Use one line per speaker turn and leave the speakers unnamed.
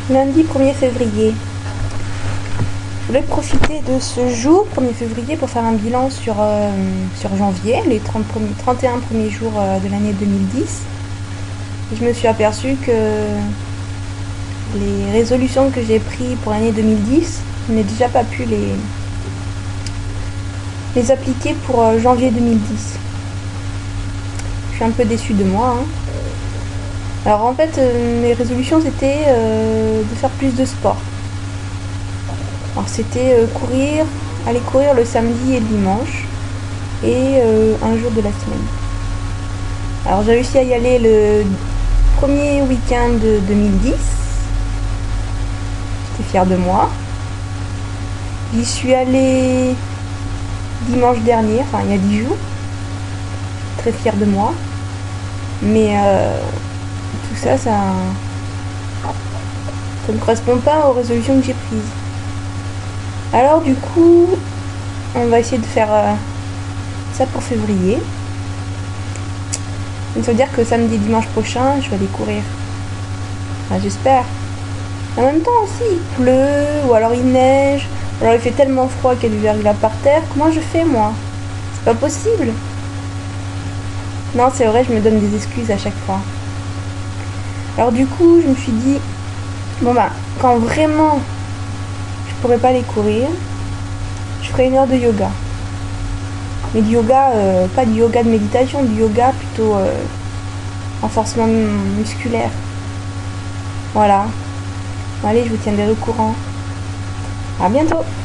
Lundi 1er février. Je voulais profiter de ce jour, 1er février, pour faire un bilan sur janvier, les 31 premiers jours de l'année 2010. Et je me suis aperçue que les résolutions que j'ai prises pour l'année 2010, je n'ai déjà pas pu les appliquer pour janvier 2010. Je suis un peu déçue de moi, hein. Alors en fait, mes résolutions c'était de faire plus de sport. Alors c'était aller courir le samedi et le dimanche et un jour de la semaine. Alors j'ai réussi à y aller le premier week-end de 2010. J'étais fière de moi. J'y suis allée dimanche dernier, enfin il y a 10 jours. Très fière de moi. Mais tout ça, ça ne correspond pas aux résolutions que j'ai prises. Alors du coup, on va essayer de faire ça pour février. Ça veut dire que samedi et dimanche prochain, je vais aller courir. Enfin, j'espère. En même temps aussi, il pleut, ou alors il neige, ou alors il fait tellement froid qu'il y a du verglas par terre. Comment je fais moi? C'est pas possible. Non, c'est vrai, je me donne des excuses à chaque fois. Alors du coup, je me suis dit, bon bah, quand vraiment je pourrais pas aller courir, je ferai 1 heure de yoga. Mais du yoga, pas du yoga de méditation, du yoga plutôt renforcement musculaire. Voilà. Bon, allez, je vous tiendrai au courant. À bientôt.